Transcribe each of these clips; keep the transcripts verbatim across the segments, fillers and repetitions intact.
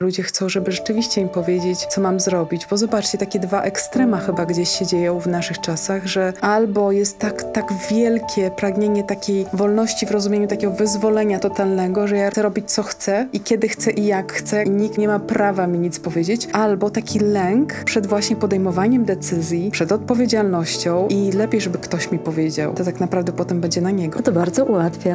Ludzie chcą, żeby rzeczywiście im powiedzieć, co mam zrobić, bo zobaczcie, takie dwa ekstrema chyba gdzieś się dzieją w naszych czasach, że albo jest tak, tak wielkie pragnienie takiej wolności w rozumieniu takiego wyzwolenia totalnego, że ja chcę robić co chcę i kiedy chcę i jak chcę i nikt nie ma prawa mi nic powiedzieć, albo taki lęk przed właśnie podejmowaniem decyzji, przed odpowiedzialnością i lepiej, żeby ktoś mi powiedział. To tak naprawdę potem będzie na niego. No to bardzo ułatwia.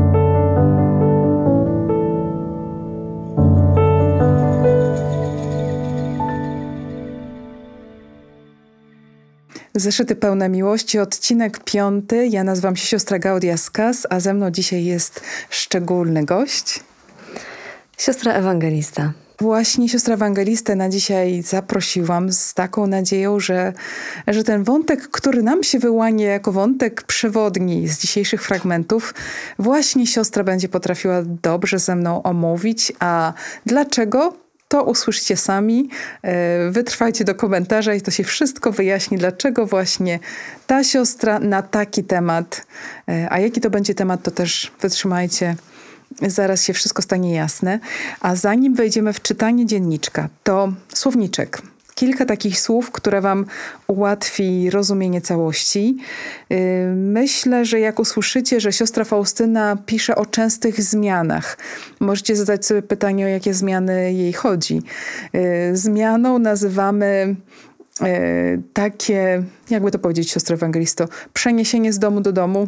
Zeszyty pełne miłości, odcinek piąty. Ja nazywam się siostra Gaudia Skas, a ze mną dzisiaj jest szczególny gość. Siostra Ewangelista. Właśnie siostrę Ewangelistę na dzisiaj zaprosiłam z taką nadzieją, że, że ten wątek, który nam się wyłania jako wątek przewodni z dzisiejszych fragmentów, właśnie siostra będzie potrafiła dobrze ze mną omówić. A dlaczego? To usłyszycie sami. Wytrwajcie do komentarza i to się wszystko wyjaśni, dlaczego właśnie ta siostra na taki temat. A jaki to będzie temat, to też wytrzymajcie. Zaraz się wszystko stanie jasne. A zanim wejdziemy w czytanie dzienniczka, to słowniczek. Kilka takich słów, które wam ułatwi rozumienie całości. Myślę, że jak usłyszycie, że siostra Faustyna pisze o częstych zmianach, możecie zadać sobie pytanie, o jakie zmiany jej chodzi. Zmianą nazywamy takie, jakby to powiedzieć, siostro Ewangelisto, przeniesienie z domu do domu.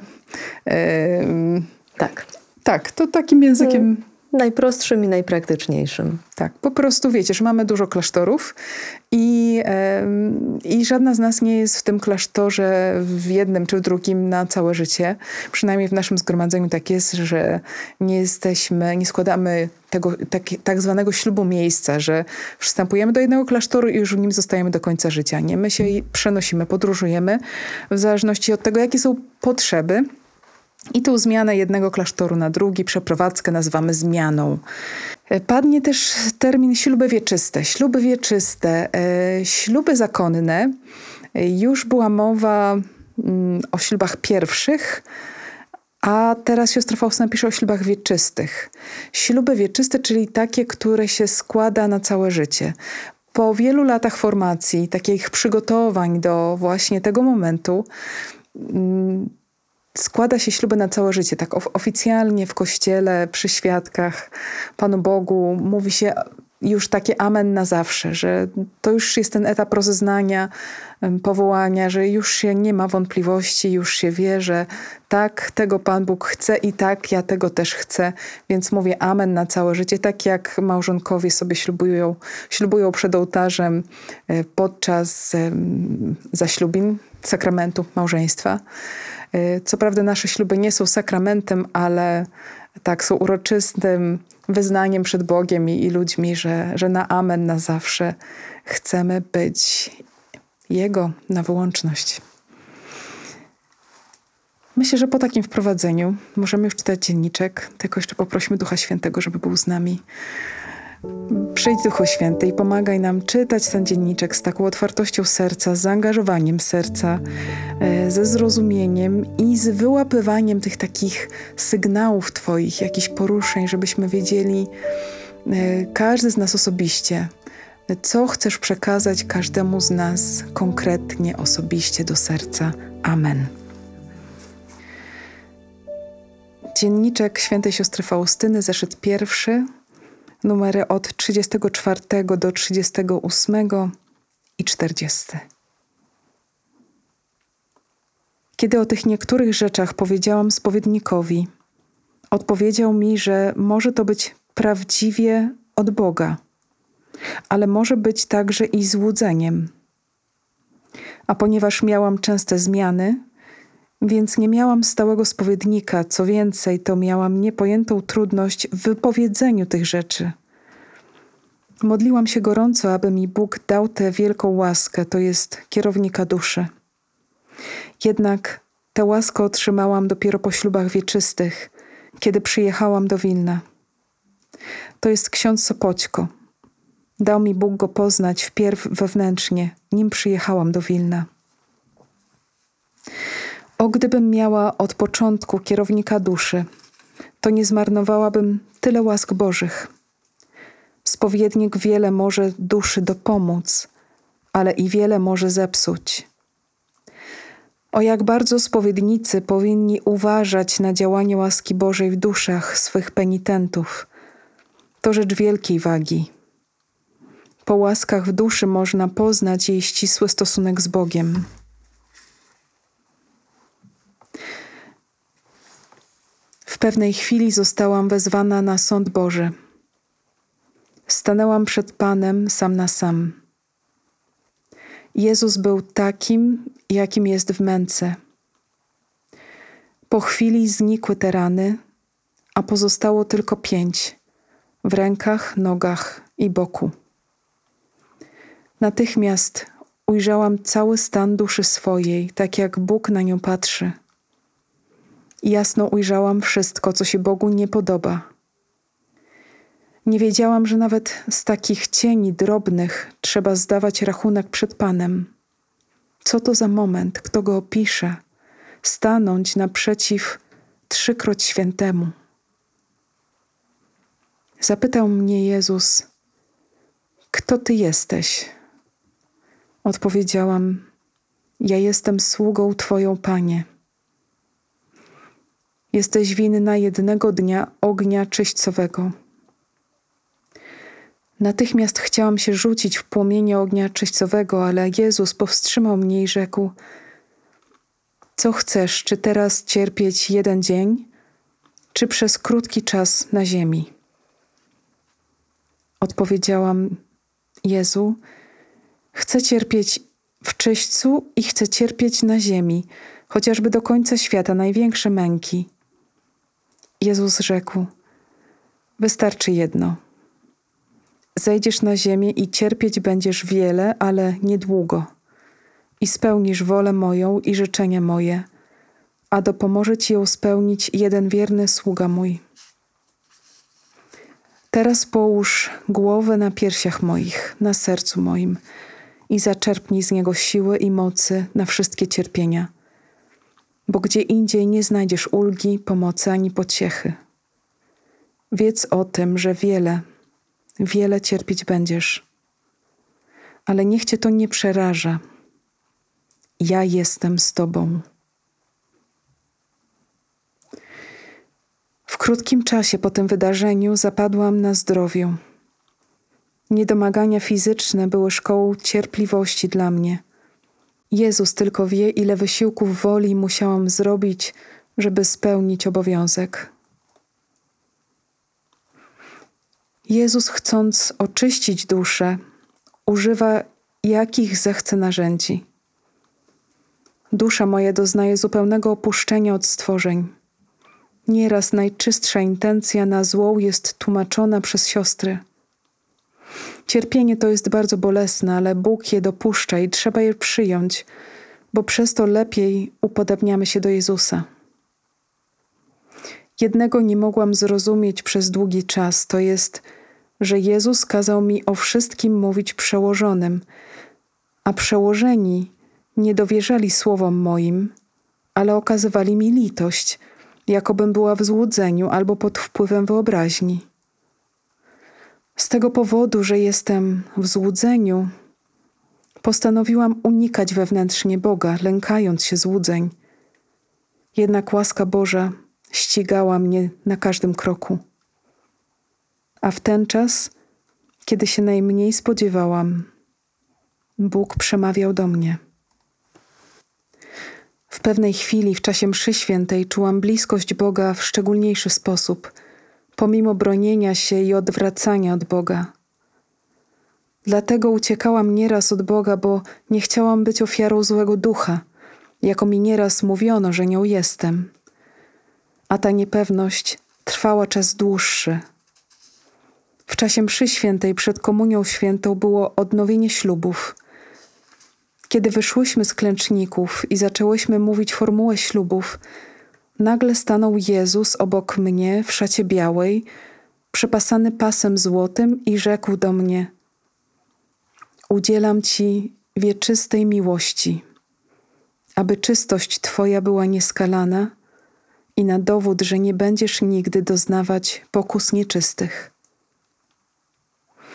Tak. Tak, to takim językiem... Najprostszym i najpraktyczniejszym. Tak, po prostu wiecie, że mamy dużo klasztorów i, yy, i żadna z nas nie jest w tym klasztorze w jednym czy w drugim na całe życie. Przynajmniej w naszym zgromadzeniu tak jest, że nie jesteśmy, nie składamy tego tak, tak zwanego ślubu miejsca, że wstępujemy do jednego klasztoru i już w nim zostajemy do końca życia. Nie, my się przenosimy, podróżujemy w zależności od tego, jakie są potrzeby. I tą zmianę jednego klasztoru na drugi, przeprowadzkę nazywamy zmianą. Padnie też termin śluby wieczyste. Śluby wieczyste, e, śluby zakonne. Już była mowa mm, o ślubach pierwszych, a teraz siostra Faustyna pisze o ślubach wieczystych. Śluby wieczyste, czyli takie, które się składa na całe życie. Po wielu latach formacji, takich przygotowań do właśnie tego momentu, mm, składa się śluby na całe życie. Tak oficjalnie w kościele, przy świadkach, Panu Bogu mówi się już takie amen na zawsze, że to już jest ten etap rozeznania, powołania, że już się nie ma wątpliwości, już się wie, że tak, tego Pan Bóg chce i tak, ja tego też chcę, więc mówię amen na całe życie, tak jak małżonkowie sobie ślubują, ślubują przed ołtarzem podczas zaślubin, sakramentu małżeństwa. Co prawda nasze śluby nie są sakramentem, ale tak są uroczystym wyznaniem przed Bogiem i, i ludźmi, że, że na amen na zawsze chcemy być Jego na wyłączność. Myślę, że po takim wprowadzeniu możemy już czytać dzienniczek, tylko jeszcze poprośmy Ducha Świętego, żeby był z nami. Przyjdź Duchu Święty i pomagaj nam czytać ten dzienniczek z taką otwartością serca, z zaangażowaniem serca, ze zrozumieniem i z wyłapywaniem tych takich sygnałów Twoich, jakichś poruszeń, żebyśmy wiedzieli, każdy z nas osobiście, co chcesz przekazać każdemu z nas konkretnie, osobiście do serca. Amen. Dzienniczek świętej siostry Faustyny, zeszyt pierwszy, numery od trzydziestego czwartego do trzydziestego ósmego i czterdziestego. Kiedy o tych niektórych rzeczach powiedziałam spowiednikowi, odpowiedział mi, że może to być prawdziwie od Boga, ale może być także i złudzeniem. A ponieważ miałam częste zmiany, więc nie miałam stałego spowiednika, co więcej, to miałam niepojętą trudność w wypowiedzeniu tych rzeczy. Modliłam się gorąco, aby mi Bóg dał tę wielką łaskę, to jest kierownika duszy. Jednak tę łaskę otrzymałam dopiero po ślubach wieczystych, kiedy przyjechałam do Wilna. To jest ksiądz Sopoćko. Dał mi Bóg go poznać wpierw wewnętrznie, nim przyjechałam do Wilna. O, gdybym miała od początku kierownika duszy, to nie zmarnowałabym tyle łask Bożych. Spowiednik wiele może duszy dopomóc, ale i wiele może zepsuć. O jak bardzo spowiednicy powinni uważać na działanie łaski Bożej w duszach swych penitentów. To rzecz wielkiej wagi. Po łaskach w duszy można poznać jej ścisły stosunek z Bogiem. W pewnej chwili zostałam wezwana na sąd Boży. Stanęłam przed Panem sam na sam. Jezus był takim, jakim jest w męce. Po chwili znikły te rany, a pozostało tylko pięć w rękach, nogach i boku. Natychmiast ujrzałam cały stan duszy swojej, tak jak Bóg na nią patrzy. Jasno ujrzałam wszystko, co się Bogu nie podoba. Nie wiedziałam, że nawet z takich cieni drobnych trzeba zdawać rachunek przed Panem. Co to za moment, kto go opisze? Stanąć naprzeciw trzykroć świętemu. Zapytał mnie Jezus, kto Ty jesteś? Odpowiedziałam, ja jestem sługą Twoją, Panie. Jesteś winna jednego dnia ognia czyśćcowego. Natychmiast chciałam się rzucić w płomienie ognia czyśćcowego, ale Jezus powstrzymał mnie i rzekł, co chcesz, czy teraz cierpieć jeden dzień, czy przez krótki czas na ziemi? Odpowiedziałam, Jezu, chcę cierpieć w czyśćcu i chcę cierpieć na ziemi, chociażby do końca świata największe męki. Jezus rzekł, wystarczy jedno. Zejdziesz na ziemię i cierpieć będziesz wiele, ale niedługo. I spełnisz wolę moją i życzenia moje, a dopomoże ci ją spełnić jeden wierny sługa mój. Teraz połóż głowę na piersiach moich, na sercu moim i zaczerpnij z niego siły i mocy na wszystkie cierpienia, bo gdzie indziej nie znajdziesz ulgi, pomocy ani pociechy. Wiedz o tym, że wiele, wiele cierpieć będziesz, ale niech cię to nie przeraża. Ja jestem z tobą. W krótkim czasie po tym wydarzeniu zapadłam na zdrowiu. Niedomagania fizyczne były szkołą cierpliwości dla mnie. Jezus tylko wie, ile wysiłków woli musiałam zrobić, żeby spełnić obowiązek. Jezus, chcąc oczyścić duszę, używa jakich zechce narzędzi. Dusza moja doznaje zupełnego opuszczenia od stworzeń. Nieraz najczystsza intencja na złą jest tłumaczona przez siostry. Cierpienie to jest bardzo bolesne, ale Bóg je dopuszcza i trzeba je przyjąć, bo przez to lepiej upodabniamy się do Jezusa. Jednego nie mogłam zrozumieć przez długi czas, to jest, że Jezus kazał mi o wszystkim mówić przełożonym, a przełożeni nie dowierzali słowom moim, ale okazywali mi litość, jakobym była w złudzeniu albo pod wpływem wyobraźni. Z tego powodu, że jestem w złudzeniu, postanowiłam unikać wewnętrznie Boga, lękając się złudzeń. Jednak łaska Boża ścigała mnie na każdym kroku. A w ten czas, kiedy się najmniej spodziewałam, Bóg przemawiał do mnie. W pewnej chwili w czasie mszy świętej czułam bliskość Boga w szczególniejszy sposób, pomimo bronienia się i odwracania od Boga. Dlatego uciekałam nieraz od Boga, bo nie chciałam być ofiarą złego ducha, jako mi nieraz mówiono, że nią jestem. A ta niepewność trwała czas dłuższy. W czasie mszy świętej przed komunią świętą było odnowienie ślubów. Kiedy wyszłyśmy z klęczników i zaczęłyśmy mówić formułę ślubów, nagle stanął Jezus obok mnie w szacie białej, przepasany pasem złotym i rzekł do mnie: udzielam Ci wieczystej miłości, aby czystość Twoja była nieskalana i na dowód, że nie będziesz nigdy doznawać pokus nieczystych.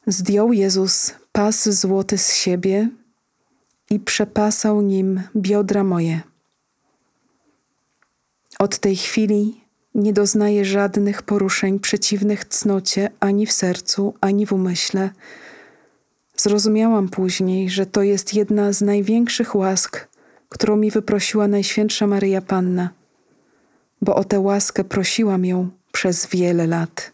Zdjął Jezus pas złoty z siebie i przepasał nim biodra moje. Od tej chwili nie doznaję żadnych poruszeń przeciwnych cnocie ani w sercu, ani w umyśle. Zrozumiałam później, że to jest jedna z największych łask, którą mi wyprosiła Najświętsza Maryja Panna, bo o tę łaskę prosiłam ją przez wiele lat.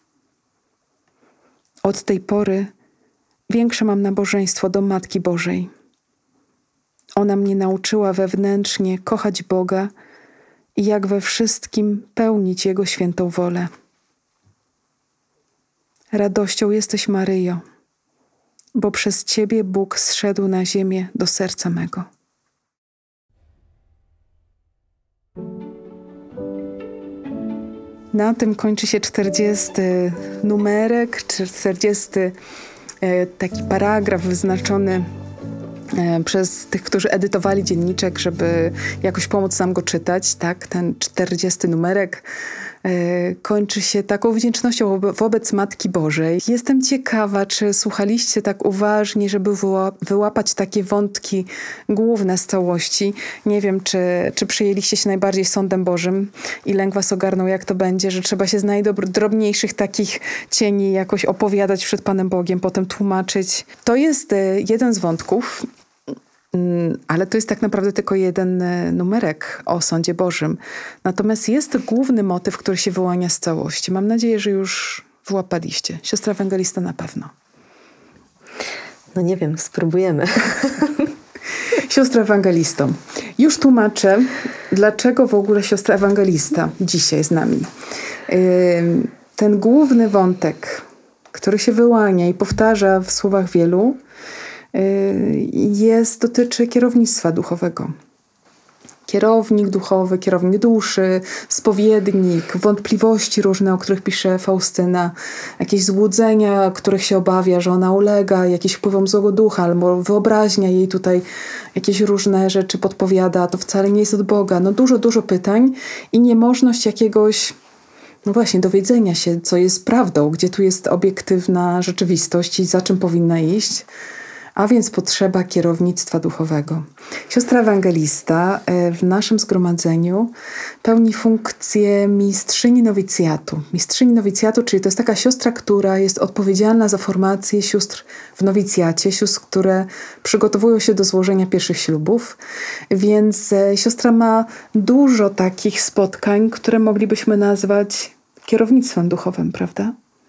Od tej pory większe mam nabożeństwo do Matki Bożej. Ona mnie nauczyła wewnętrznie kochać Boga i jak we wszystkim pełnić Jego świętą wolę. Radością jesteś, Maryjo, bo przez Ciebie Bóg zszedł na ziemię do serca mego. Na tym kończy się czterdziesty numerek, czterdziesty taki paragraf wyznaczony przez tych, którzy edytowali dzienniczek, żeby jakoś pomóc nam go czytać. Tak? Ten czterdziesty numerek kończy się taką wdzięcznością wobec Matki Bożej. Jestem ciekawa, czy słuchaliście tak uważnie, żeby wyłapać takie wątki główne z całości. Nie wiem, czy, czy przyjęliście się najbardziej sądem Bożym i lęk was ogarnął, jak to będzie, że trzeba się z najdrobniejszych takich cieni jakoś opowiadać przed Panem Bogiem, potem tłumaczyć. To jest jeden z wątków, ale to jest tak naprawdę tylko jeden numerek o sądzie Bożym. Natomiast jest główny motyw, który się wyłania z całości. Mam nadzieję, że już wyłapaliście. Siostra ewangelista na pewno. No nie wiem, spróbujemy. Siostra ewangelisto, już tłumaczę, dlaczego w ogóle siostra ewangelista dzisiaj z nami. Ten główny wątek, który się wyłania i powtarza w słowach wielu, jest, dotyczy kierownictwa duchowego. Kierownik duchowy, kierownik duszy, spowiednik, wątpliwości różne, o których pisze Faustyna, jakieś złudzenia, których się obawia, że ona ulega, jakieś wpływom złego ducha, albo wyobraźnia jej tutaj jakieś różne rzeczy podpowiada, a to wcale nie jest od Boga. No dużo, dużo pytań i niemożność jakiegoś, no właśnie, dowiedzenia się, co jest prawdą, gdzie tu jest obiektywna rzeczywistość i za czym powinna iść. A więc potrzeba kierownictwa duchowego. Siostra ewangelista w naszym zgromadzeniu pełni funkcję mistrzyni nowicjatu. Mistrzyni nowicjatu, czyli to jest taka siostra, która jest odpowiedzialna za formację sióstr w nowicjacie, sióstr, które przygotowują się do złożenia pierwszych ślubów. Więc siostra ma dużo takich spotkań, które moglibyśmy nazwać kierownictwem duchowym, prawda?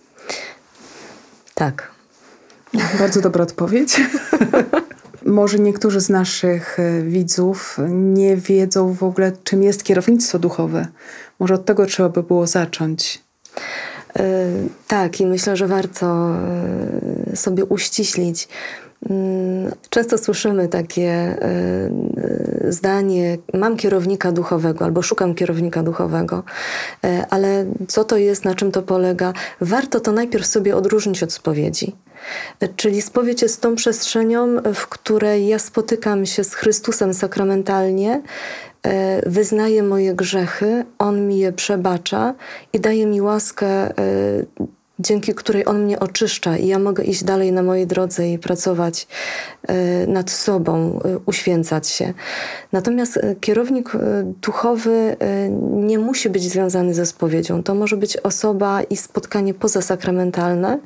Tak. Bardzo dobra odpowiedź. Może niektórzy z naszych widzów nie wiedzą w ogóle, czym jest kierownictwo duchowe. Może od tego trzeba by było zacząć. Yy, tak, i myślę, że warto yy, sobie uściślić. Yy, często słyszymy takie yy, zdanie: mam kierownika duchowego albo szukam kierownika duchowego. Yy, ale co to jest, na czym to polega? Warto to najpierw sobie odróżnić od spowiedzi. Czyli spowiedź jest tą przestrzenią, w której ja spotykam się z Chrystusem sakramentalnie, wyznaję moje grzechy, On mi je przebacza i daje mi łaskę, dzięki której On mnie oczyszcza i ja mogę iść dalej na mojej drodze i pracować nad sobą, uświęcać się. Natomiast kierownik duchowy nie musi być związany ze spowiedzią. To może być osoba i spotkanie pozasakramentalne.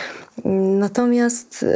Natomiast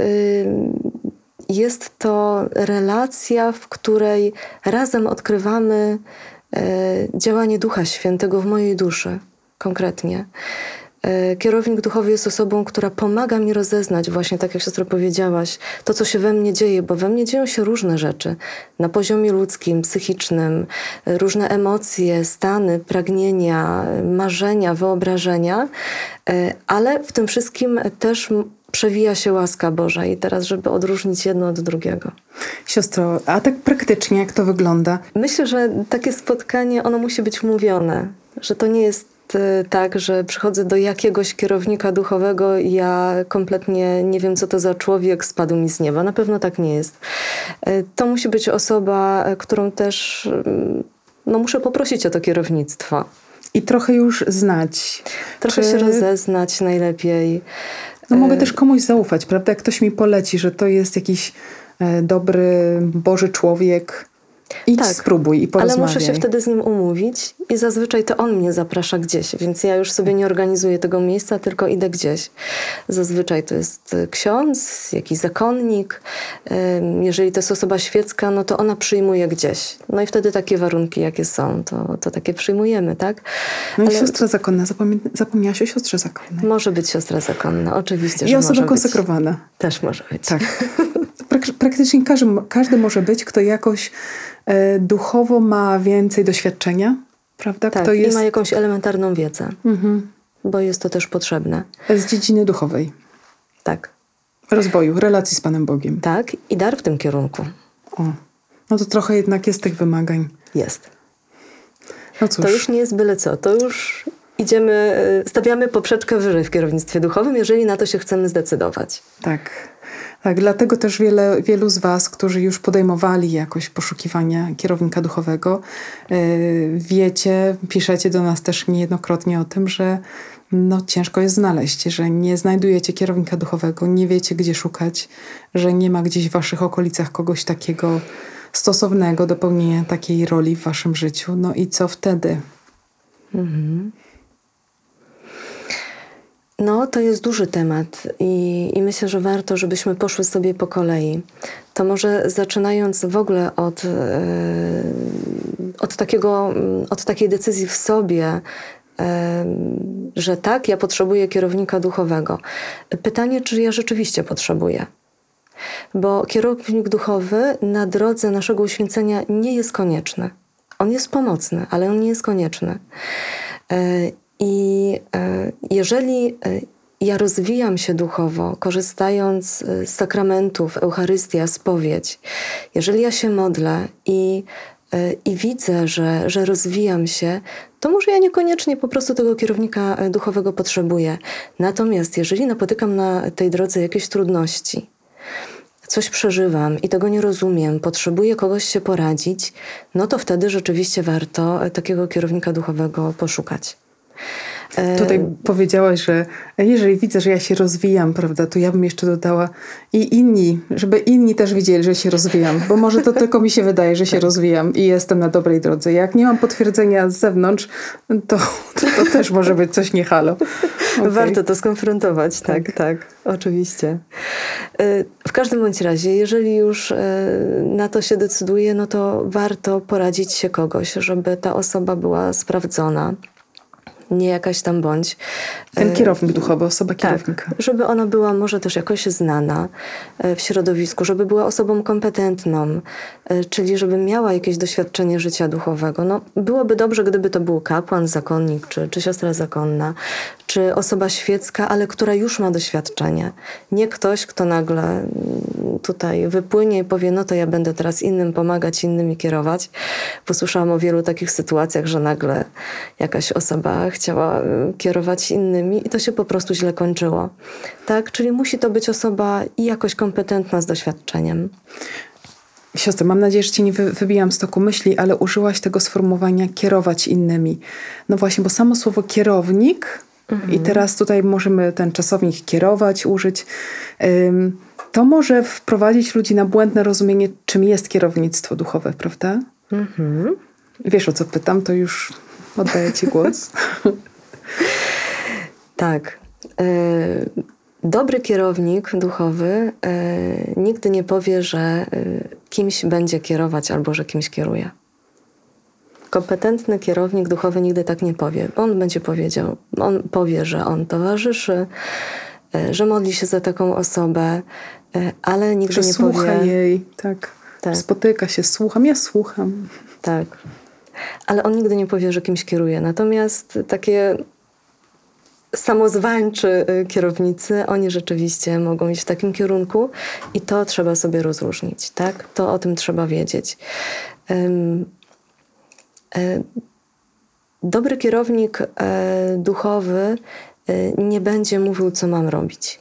jest to relacja, w której razem odkrywamy działanie Ducha Świętego w mojej duszy, konkretnie. Kierownik duchowy jest osobą, która pomaga mi rozeznać, właśnie tak jak siostro powiedziałaś, to, co się we mnie dzieje, bo we mnie dzieją się różne rzeczy na poziomie ludzkim, psychicznym, różne emocje, stany, pragnienia, marzenia, wyobrażenia, ale w tym wszystkim też przewija się łaska Boża. I teraz, żeby odróżnić jedno od drugiego. Siostro, a tak praktycznie jak to wygląda? Myślę, że takie spotkanie, ono musi być mówione, że to nie jest tak, że przychodzę do jakiegoś kierownika duchowego i ja kompletnie nie wiem, co to za człowiek, spadł mi z nieba. Na pewno tak nie jest. To musi być osoba, którą też no, muszę poprosić o to kierownictwo. I trochę już znać. Trochę Czy... się rozeznać najlepiej. No mogę też komuś zaufać, prawda? Jak ktoś mi poleci, że to jest jakiś e, dobry, Boży człowiek, idź, tak, spróbuj i porozmawiaj. ale muszę się wtedy z nim umówić i zazwyczaj to on mnie zaprasza gdzieś, więc ja już sobie nie organizuję tego miejsca, tylko idę gdzieś. Zazwyczaj to jest ksiądz, jakiś zakonnik. Jeżeli to jest osoba świecka, no to ona przyjmuje gdzieś. No i wtedy takie warunki, jakie są, to, to takie przyjmujemy, tak? No i ale... siostra zakonna. Zapomie- zapomniałaś o siostrze zakonnej. Może być siostra zakonna, oczywiście, I że osoba może konsekrowana. być. Też może być. Tak. Prak- praktycznie każdy, każdy może być, kto jakoś e, duchowo ma więcej doświadczenia, prawda? Tak, kto jest... i ma jakąś elementarną wiedzę, mhm. bo jest to też potrzebne. z dziedziny duchowej. Tak. Rozwoju, relacji z Panem Bogiem. Tak, i dar w tym kierunku. O, no to trochę jednak jest tych wymagań. Jest. No cóż. To już nie jest byle co. To już idziemy, stawiamy poprzeczkę wyżej w kierownictwie duchowym, jeżeli na to się chcemy zdecydować. Tak. Tak, dlatego też wiele, wielu z was, którzy już podejmowali jakoś poszukiwania kierownika duchowego, yy, wiecie, piszecie do nas też niejednokrotnie o tym, że no, ciężko jest znaleźć, że nie znajdujecie kierownika duchowego, nie wiecie, gdzie szukać, że nie ma gdzieś w waszych okolicach kogoś takiego stosownego do pełnienia takiej roli w waszym życiu. No i co wtedy? Mhm. No, to jest duży temat i, i myślę, że warto, żebyśmy poszły sobie po kolei. To może zaczynając w ogóle od, yy, od, takiego, od takiej decyzji w sobie, yy, że tak, ja potrzebuję kierownika duchowego. Pytanie, czy ja rzeczywiście potrzebuję? Bo kierownik duchowy na drodze naszego uświęcenia nie jest konieczny. On jest pomocny, ale on nie jest konieczny. Yy, I jeżeli ja rozwijam się duchowo, korzystając z sakramentów, Eucharystia, spowiedź, jeżeli ja się modlę i, i widzę, że, że rozwijam się, to może ja niekoniecznie po prostu tego kierownika duchowego potrzebuję. Natomiast jeżeli napotykam na tej drodze jakieś trudności, coś przeżywam i tego nie rozumiem, potrzebuję kogoś się poradzić, no to wtedy rzeczywiście warto takiego kierownika duchowego poszukać. Tutaj powiedziałaś, że jeżeli widzę, że ja się rozwijam, prawda, to ja bym jeszcze dodała i inni, żeby inni też widzieli, że się rozwijam, bo może to tylko mi się wydaje, że się rozwijam i jestem na dobrej drodze. Jak nie mam potwierdzenia z zewnątrz, to, to, to też może być coś nie halo. Okay. Warto to skonfrontować, tak, tak, tak, oczywiście. W każdym bądź razie, jeżeli już na to się decyduje, no to warto poradzić się kogoś, żeby ta osoba była sprawdzona. Nie jakaś tam bądź. Ten kierownik duchowy, osoba kierownika. Tak, żeby ona była może też jakoś znana w środowisku, żeby była osobą kompetentną, czyli żeby miała jakieś doświadczenie życia duchowego. No, byłoby dobrze, gdyby to był kapłan, zakonnik, czy, czy siostra zakonna, czy osoba świecka, ale która już ma doświadczenie. Nie ktoś, kto nagle tutaj wypłynie i powie, no to ja będę teraz innym pomagać, innymi kierować. Posłyszałam o wielu takich sytuacjach, że nagle jakaś osoba chciała kierować innymi i to się po prostu źle kończyło. Tak? Czyli musi to być osoba i jakoś kompetentna z doświadczeniem. Siostro, mam nadzieję, że cię nie wy- wybijam z toku myśli, ale użyłaś tego sformułowania kierować innymi. No właśnie, bo samo słowo kierownik mhm. i teraz tutaj możemy ten czasownik kierować, użyć. Ym, to może wprowadzić ludzi na błędne rozumienie, czym jest kierownictwo duchowe, prawda? Mhm. Wiesz, o co pytam, to już oddaję ci głos. Tak. Dobry kierownik duchowy nigdy nie powie, że kimś będzie kierować albo że kimś kieruje. Kompetentny kierownik duchowy nigdy tak nie powie. On będzie powiedział, on powie, że on towarzyszy, że modli się za taką osobę, ale nigdy że nie słucha powie... jej, tak. tak. Spotyka się, słucham, ja słucham. Tak. Ale on nigdy nie powie, że kimś kieruje. Natomiast takie samozwańczy kierownicy, oni rzeczywiście mogą iść w takim kierunku i to trzeba sobie rozróżnić, tak? To o tym trzeba wiedzieć. Um, e, dobry kierownik e, duchowy e, nie będzie mówił, co mam robić.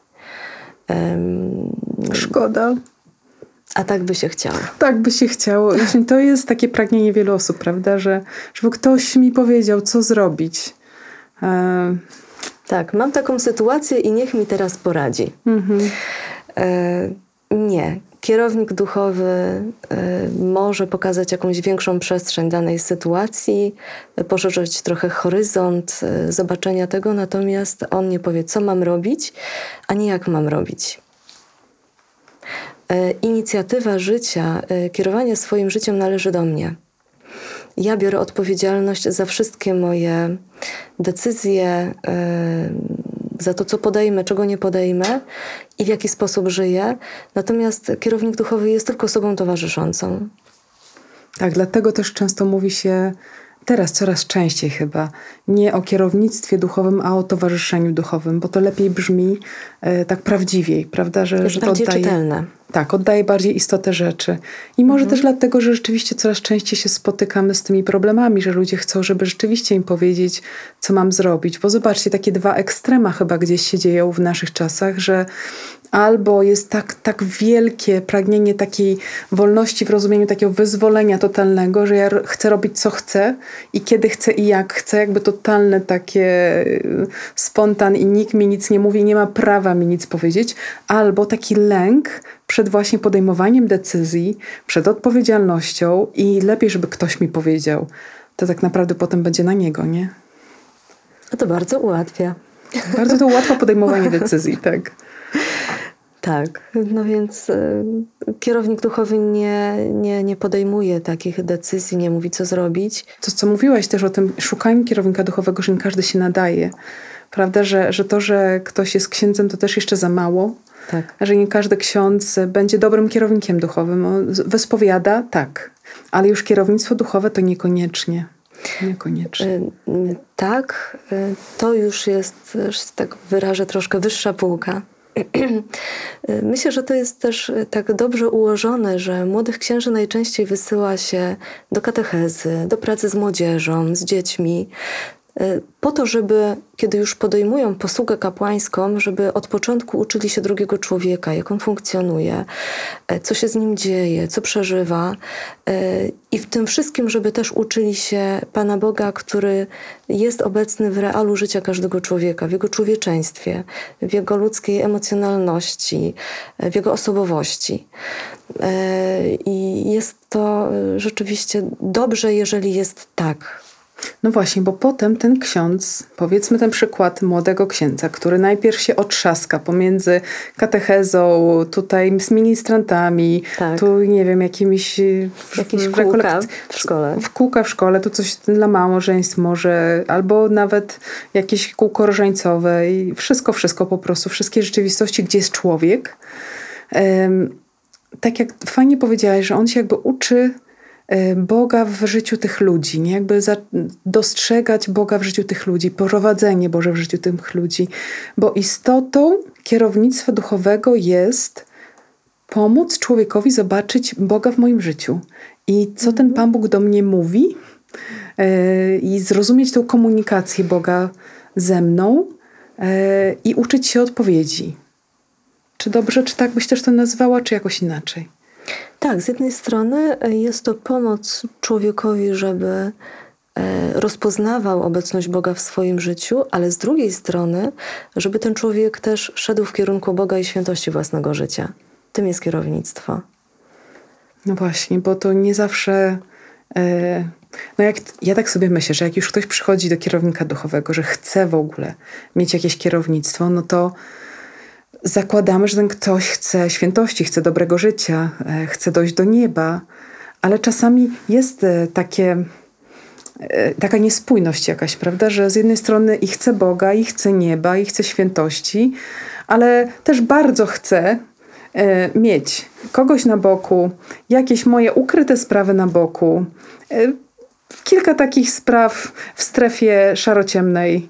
Um, Szkoda. A tak by się chciało. Tak by się chciało. To jest takie pragnienie wielu osób, prawda? Że żeby ktoś mi powiedział, co zrobić. Tak, mam taką sytuację i niech mi teraz poradzi. Mhm. E, nie. Kierownik duchowy e, może pokazać jakąś większą przestrzeń danej sytuacji, e, poszerzyć trochę horyzont e, zobaczenia tego, natomiast on nie powie, co mam robić, ani jak mam robić. E, inicjatywa życia, e, kierowanie swoim życiem należy do mnie. Ja biorę odpowiedzialność za wszystkie moje decyzje, yy, za to, co podejmę, czego nie podejmę i w jaki sposób żyję. Natomiast kierownik duchowy jest tylko osobą towarzyszącą. Tak, dlatego też często mówi się, teraz coraz częściej chyba, nie o kierownictwie duchowym, a o towarzyszeniu duchowym, bo to lepiej brzmi e, tak prawdziwiej, prawda? Że, Jest że to bardziej oddaje, czytelne. Tak, oddaje bardziej istotę rzeczy. I może Mhm. też dlatego, że rzeczywiście coraz częściej się spotykamy z tymi problemami, że ludzie chcą, żeby rzeczywiście im powiedzieć, co mam zrobić. Bo zobaczcie, takie dwa ekstrema chyba gdzieś się dzieją w naszych czasach, że albo jest tak, tak wielkie pragnienie takiej wolności w rozumieniu takiego wyzwolenia totalnego, że ja chcę robić co chcę i kiedy chcę i jak chcę, jakby totalne takie spontan i nikt mi nic nie mówi, nie ma prawa mi nic powiedzieć, albo taki lęk przed właśnie podejmowaniem decyzji, przed odpowiedzialnością i lepiej, żeby ktoś mi powiedział. To tak naprawdę potem będzie na niego, nie? A to bardzo ułatwia. Bardzo to ułatwia podejmowanie decyzji, tak. Tak, no więc y, kierownik duchowy nie, nie, nie podejmuje takich decyzji, nie mówi, co zrobić. To, co mówiłaś też o tym szukaniu kierownika duchowego, że nie każdy się nadaje. Prawda, że, że to, że ktoś jest księdzem, to też jeszcze za mało. Tak. Że nie każdy ksiądz będzie dobrym kierownikiem duchowym. On wyspowiada, tak. Ale już kierownictwo duchowe to niekoniecznie. Niekoniecznie. Y, y, tak, y, to już jest, że tak wyrażę, troszkę wyższa półka. Myślę, że to jest też tak dobrze ułożone, że młodych księży najczęściej wysyła się do katechezy, do pracy z młodzieżą, z dziećmi, po to, żeby, kiedy już podejmują posługę kapłańską, żeby od początku uczyli się drugiego człowieka, jak on funkcjonuje, co się z nim dzieje, co przeżywa. I w tym wszystkim, żeby też uczyli się Pana Boga, który jest obecny w realu życia każdego człowieka, w jego człowieczeństwie, w jego ludzkiej emocjonalności, w jego osobowości. I jest to rzeczywiście dobrze, jeżeli jest tak. No właśnie, bo potem ten ksiądz, powiedzmy ten przykład młodego księdza, który najpierw się otrzaska pomiędzy katechezą, tutaj z ministrantami, tak. tu nie wiem, jakimiś... Jakieś w kółka w szkole. W kółka w szkole, tu coś dla małżeństw może, albo nawet jakieś kółko różańcowe i wszystko, wszystko po prostu, wszystkie rzeczywistości, gdzie jest człowiek. Um, tak jak fajnie powiedziałaś, że on się jakby uczy Boga w życiu tych ludzi, nie? Jakby za, dostrzegać Boga w życiu tych ludzi, prowadzenie Boże w życiu tych ludzi, bo istotą kierownictwa duchowego jest pomóc człowiekowi zobaczyć Boga w moim życiu i co ten Pan Bóg do mnie mówi yy, i zrozumieć tą komunikację Boga ze mną yy, i uczyć się odpowiedzi. Czy dobrze, czy tak byś też to nazwała, czy jakoś inaczej? Tak, z jednej strony jest to pomoc człowiekowi, żeby rozpoznawał obecność Boga w swoim życiu, ale z drugiej strony, żeby ten człowiek też szedł w kierunku Boga i świętości własnego życia. Tym jest kierownictwo. No właśnie, bo to nie zawsze... Yy, no jak, ja tak sobie myślę, że jak już ktoś przychodzi do kierownika duchowego, że chce w ogóle mieć jakieś kierownictwo, no to zakładamy, że ten ktoś chce świętości, chce dobrego życia, chce dojść do nieba, ale czasami jest takie, taka niespójność jakaś, prawda, że z jednej strony i chce Boga, i chce nieba, i chce świętości, ale też bardzo chce mieć kogoś na boku, jakieś moje ukryte sprawy na boku, kilka takich spraw w strefie szarociemnej,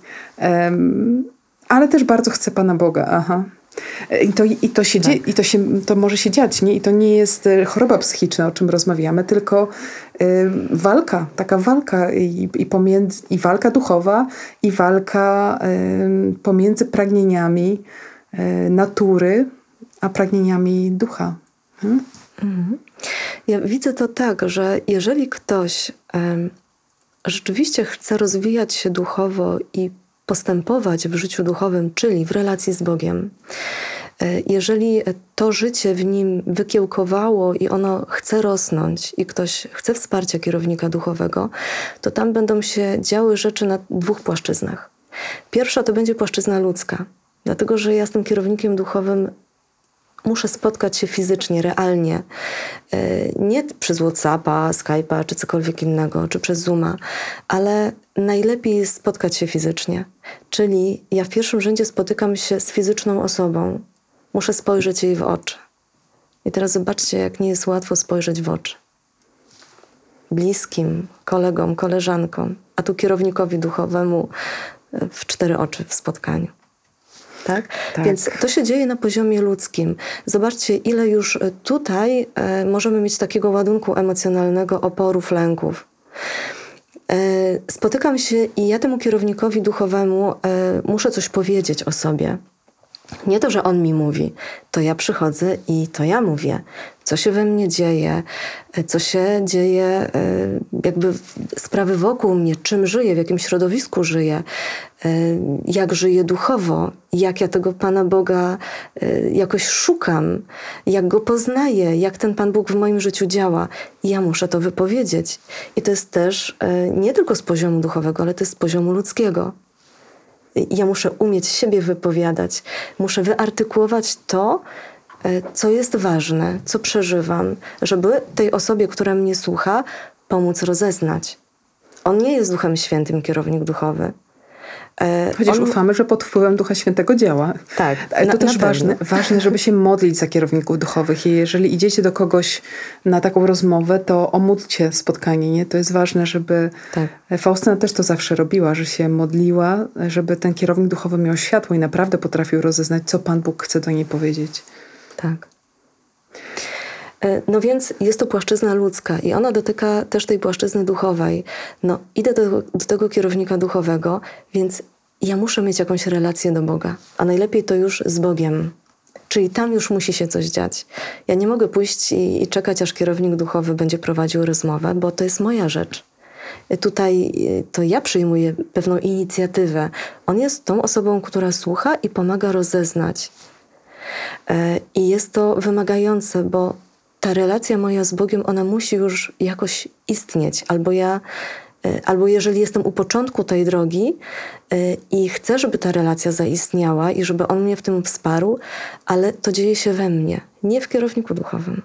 ale też bardzo chce Pana Boga, aha. I to, i to, się tak. dzie- i to, się, to może się dziać, nie? I to nie jest choroba psychiczna, o czym rozmawiamy, tylko y, walka, taka walka i, i, pomiędzy, i walka duchowa, i walka y, pomiędzy pragnieniami y, natury, a pragnieniami ducha. Hmm? Mhm. Ja widzę to tak, że jeżeli ktoś um, rzeczywiście chce rozwijać się duchowo i postępować w życiu duchowym, czyli w relacji z Bogiem, jeżeli to życie w nim wykiełkowało i ono chce rosnąć i ktoś chce wsparcia kierownika duchowego, to tam będą się działy rzeczy na dwóch płaszczyznach. Pierwsza to będzie płaszczyzna ludzka, dlatego że ja z tym kierownikiem duchowym muszę spotkać się fizycznie, realnie. Nie przez WhatsAppa, Skype'a czy cokolwiek innego, czy przez Zooma, ale najlepiej jest spotkać się fizycznie. Czyli ja w pierwszym rzędzie spotykam się z fizyczną osobą. Muszę spojrzeć jej w oczy. I teraz zobaczcie, jak nie jest łatwo spojrzeć w oczy. Bliskim, kolegom, koleżankom, a tu kierownikowi duchowemu w cztery oczy w spotkaniu. Tak? Tak. Więc to się dzieje na poziomie ludzkim. Zobaczcie, ile już tutaj e, możemy mieć takiego ładunku emocjonalnego, oporów, lęków. E, spotykam się i ja temu kierownikowi duchowemu e, muszę coś powiedzieć o sobie. Nie to, że on mi mówi, to ja przychodzę i to ja mówię, co się we mnie dzieje, co się dzieje, jakby sprawy wokół mnie, czym żyję, w jakim środowisku żyję, jak żyję duchowo, jak ja tego Pana Boga jakoś szukam, jak Go poznaję, jak ten Pan Bóg w moim życiu działa. I ja muszę to wypowiedzieć. I to jest też nie tylko z poziomu duchowego, ale to jest z poziomu ludzkiego. Ja muszę umieć siebie wypowiadać, muszę wyartykułować to, co jest ważne, co przeżywam, żeby tej osobie, która mnie słucha, pomóc rozeznać. On nie jest Duchem Świętym, kierownik duchowy. Chociaż On... ufamy, że pod wpływem Ducha Świętego działa. Tak. Ale to na, też na ważne, ważne, żeby się modlić za kierowników duchowych. I jeżeli idziecie do kogoś na taką rozmowę, to omódlcie spotkanie. Nie? To jest ważne, żeby... Tak. Faustyna też to zawsze robiła, że się modliła, żeby ten kierownik duchowy miał światło i naprawdę potrafił rozeznać, co Pan Bóg chce do niej powiedzieć. Tak. No więc jest to płaszczyzna ludzka i ona dotyka też tej płaszczyzny duchowej. No idę do, do tego kierownika duchowego, więc ja muszę mieć jakąś relację do Boga, a najlepiej to już z Bogiem. Czyli tam już musi się coś dziać. Ja nie mogę pójść i, i czekać, aż kierownik duchowy będzie prowadził rozmowę, bo to jest moja rzecz. Tutaj to ja przyjmuję pewną inicjatywę. On jest tą osobą, która słucha i pomaga rozeznać. I jest to wymagające, bo ta relacja moja z Bogiem, ona musi już jakoś istnieć. Albo ja, albo jeżeli jestem u początku tej drogi i chcę, żeby ta relacja zaistniała i żeby On mnie w tym wsparł, ale to dzieje się we mnie, nie w kierowniku duchowym.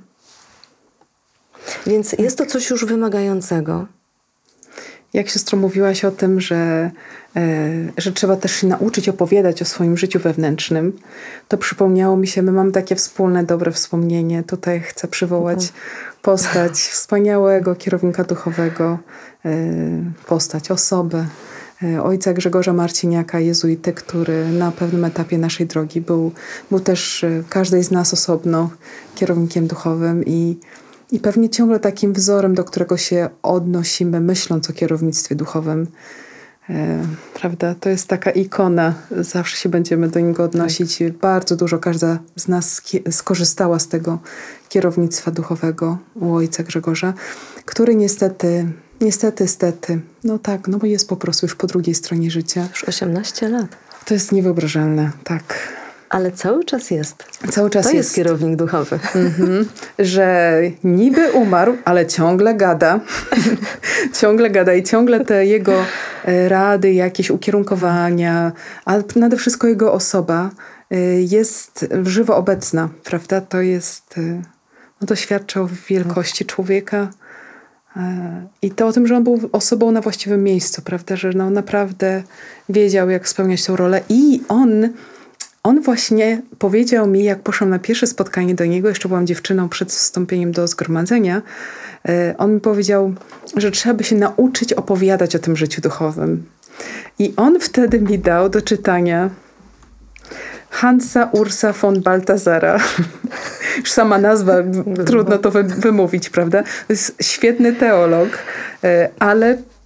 Więc jest to coś już wymagającego. Jak siostro mówiłaś o tym, że, że trzeba też się nauczyć opowiadać o swoim życiu wewnętrznym, to przypomniało mi się, my mamy takie wspólne, dobre wspomnienie. Tutaj chcę przywołać mhm. postać wspaniałego kierownika duchowego, postać, osobę, ojca Grzegorza Marciniaka, jezuity, który na pewnym etapie naszej drogi był, był też każdej z nas osobno kierownikiem duchowym i I pewnie ciągle takim wzorem, do którego się odnosimy, myśląc o kierownictwie duchowym. E, prawda? To jest taka ikona. Zawsze się będziemy do niego odnosić. Tak. Bardzo dużo każda z nas skorzystała z tego kierownictwa duchowego u ojca Grzegorza, który niestety, niestety, stety, no tak, no bo jest po prostu już po drugiej stronie życia. Już osiemnaście lat. To jest niewyobrażalne, tak. Ale cały czas jest. Cały czas to jest. jest kierownik duchowy. Mm-hmm. Że niby umarł, ale ciągle gada. ciągle gada i ciągle te jego rady, jakieś ukierunkowania, a nade wszystko jego osoba jest żywo obecna, prawda? To jest, no to świadczy o wielkości człowieka i to o tym, że on był osobą na właściwym miejscu, prawda? Że no naprawdę wiedział, jak spełniać tę rolę i on On właśnie powiedział mi, jak poszłam na pierwsze spotkanie do niego, jeszcze byłam dziewczyną przed wstąpieniem do zgromadzenia, on mi powiedział, że trzeba by się nauczyć opowiadać o tym życiu duchowym. I on wtedy mi dał do czytania Hansa Ursa von Balthasara. Już sama nazwa, trudno to wy- wymówić, prawda? To jest świetny teolog, ale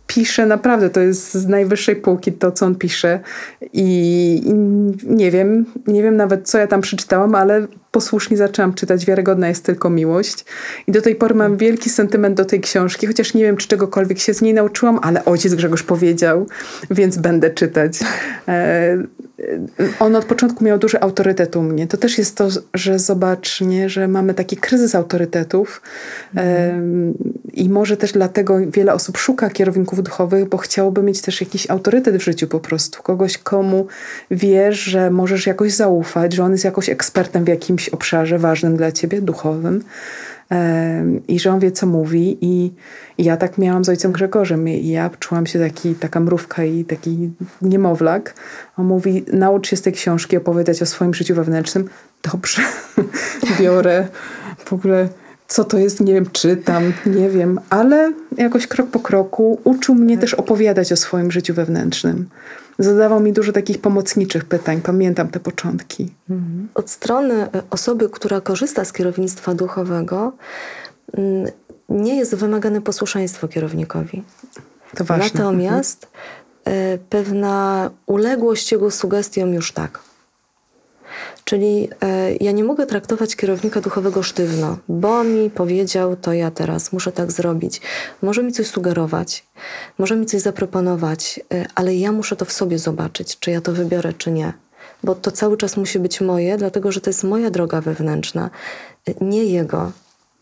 pisze naprawdę, to jest z najwyższej półki to, co on pisze. I, i nie wiem, nie wiem nawet, co ja tam przeczytałam, ale posłusznie zaczęłam czytać Wiarygodna jest tylko miłość. I do tej pory mam wielki sentyment do tej książki, chociaż nie wiem, czy czegokolwiek się z niej nauczyłam, ale ojciec Grzegorz powiedział, więc będę czytać. E, on od początku miał duży autorytet u mnie. To też jest to, że zobacz, nie, że mamy taki kryzys autorytetów e, i może też dlatego wiele osób szuka kierowników duchowych, bo chciałoby mieć też jakiś autorytet w życiu po prostu. Kogoś, komu wiesz, że możesz jakoś zaufać, że on jest jakoś ekspertem w jakimś obszarze ważnym dla ciebie, duchowym. I że on wie, co mówi. I, i ja tak miałam z ojcem Grzegorzem. I ja czułam się taki, taka mrówka i taki niemowlak. On mówi, naucz się z tej książki opowiadać o swoim życiu wewnętrznym. Dobrze. Biorę. W ogóle co to jest, nie wiem, czytam, nie wiem. Ale jakoś krok po kroku uczył mnie też opowiadać o swoim życiu wewnętrznym. Zadawał mi dużo takich pomocniczych pytań. Pamiętam te początki. Od strony osoby, która korzysta z kierownictwa duchowego, nie jest wymagane posłuszeństwo kierownikowi. To ważne. Natomiast mhm. pewna uległość jego sugestiom już tak. Czyli ja nie mogę traktować kierownika duchowego sztywno, bo mi powiedział, to ja teraz muszę tak zrobić. Może mi coś sugerować, może mi coś zaproponować, ale ja muszę to w sobie zobaczyć, czy ja to wybiorę, czy nie. Bo to cały czas musi być moje, dlatego że to jest moja droga wewnętrzna, nie jego.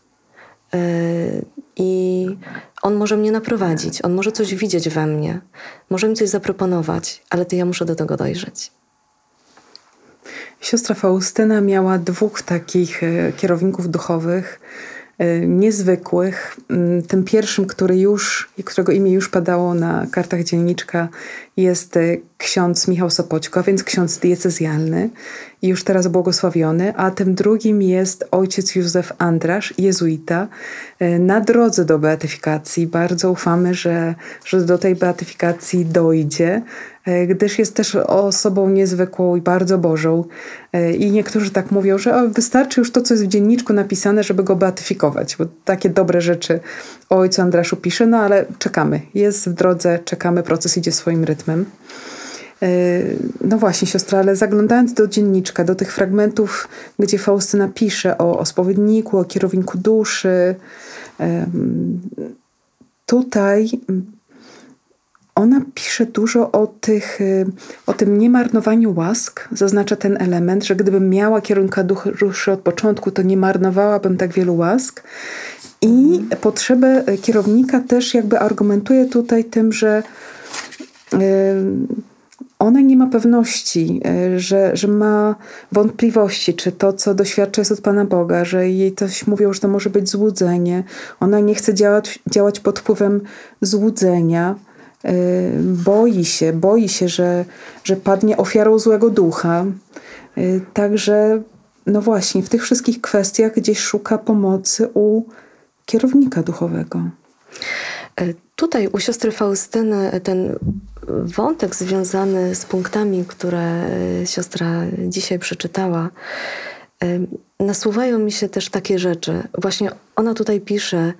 I on może mnie naprowadzić, on może coś widzieć we mnie, może mi coś zaproponować, ale to ja muszę do tego dojrzeć. Siostra Faustyna miała dwóch takich kierowników duchowych, niezwykłych. Tym pierwszym, który już, którego imię już padało na kartach dzienniczka, jest ksiądz Michał Sopoćko, więc ksiądz diecezjalny i już teraz błogosławiony, a tym drugim jest ojciec Józef Andrasz, jezuita, na drodze do beatyfikacji. Bardzo ufamy, że, że do tej beatyfikacji dojdzie, gdyż jest też osobą niezwykłą i bardzo Bożą. I niektórzy tak mówią, że o, wystarczy już to, co jest w dzienniczku napisane, żeby go beatyfikować, bo takie dobre rzeczy o ojcu Andraszu pisze, no ale czekamy. Jest w drodze, czekamy, proces idzie swoim rytmem. No właśnie, siostra, ale zaglądając do dzienniczka, do tych fragmentów, gdzie Faustyna pisze o, o spowiedniku, o kierowniku duszy, tutaj ona pisze dużo o, tych, o tym niemarnowaniu łask. Zaznacza ten element, że gdybym miała kierunka duszy od początku, to nie marnowałabym tak wielu łask. I potrzebę kierownika też jakby argumentuje tutaj tym, że ona nie ma pewności, że, że ma wątpliwości, czy to, co doświadcza, jest od Pana Boga, że jej coś mówią, że to może być złudzenie. Ona nie chce działać, działać pod wpływem złudzenia. Boi się, boi się, że, że padnie ofiarą złego ducha. Także, no właśnie, w tych wszystkich kwestiach gdzieś szuka pomocy u kierownika duchowego. Tutaj u siostry Faustyny ten wątek związany z punktami, które siostra dzisiaj przeczytała, nasuwają mi się też takie rzeczy. Właśnie ona tutaj pisze,